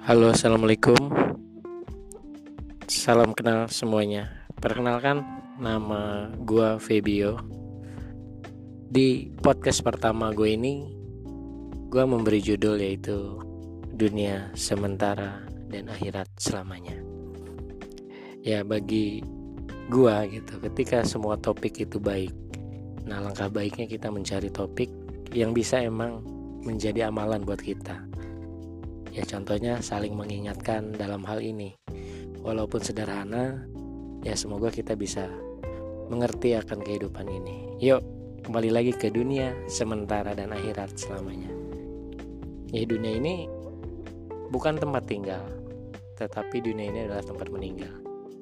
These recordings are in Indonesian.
Halo, assalamualaikum. Salam kenal semuanya. Perkenalkan, nama gua Febio. Di podcast pertama gue ini, gua memberi judul yaitu Dunia Sementara dan Akhirat Selamanya. Ya, bagi gua gitu, ketika semua topik itu baik, nah langkah baiknya kita mencari topik yang bisa emang menjadi amalan buat kita. Ya, contohnya saling mengingatkan dalam hal ini. Walaupun sederhana, ya semoga kita bisa mengerti akan kehidupan ini. Yuk, kembali lagi ke dunia sementara dan akhirat selamanya. Ya, dunia ini bukan tempat tinggal, tetapi dunia ini adalah tempat meninggal.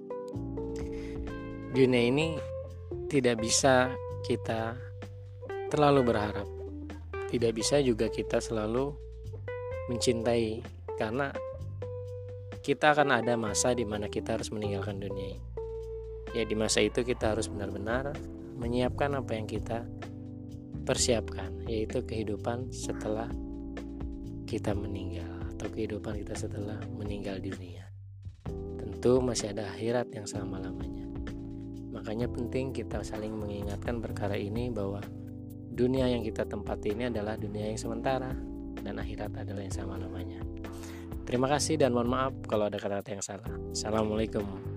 Dunia ini tidak bisa kita terlalu berharap. Tidak bisa juga kita selalu mencintai, karena kita akan ada masa di mana kita harus meninggalkan dunia ini. Ya, di masa itu kita harus benar-benar menyiapkan apa yang kita persiapkan, yaitu kehidupan setelah kita meninggal atau kehidupan kita setelah meninggal dunia. Tentu masih ada akhirat yang selama-lamanya. Makanya penting kita saling mengingatkan perkara ini, bahwa dunia yang kita tempati ini adalah dunia yang sementara dan akhirat adalah yang sama namanya. Terima kasih dan mohon maaf kalau ada kata-kata yang salah. Assalamualaikum.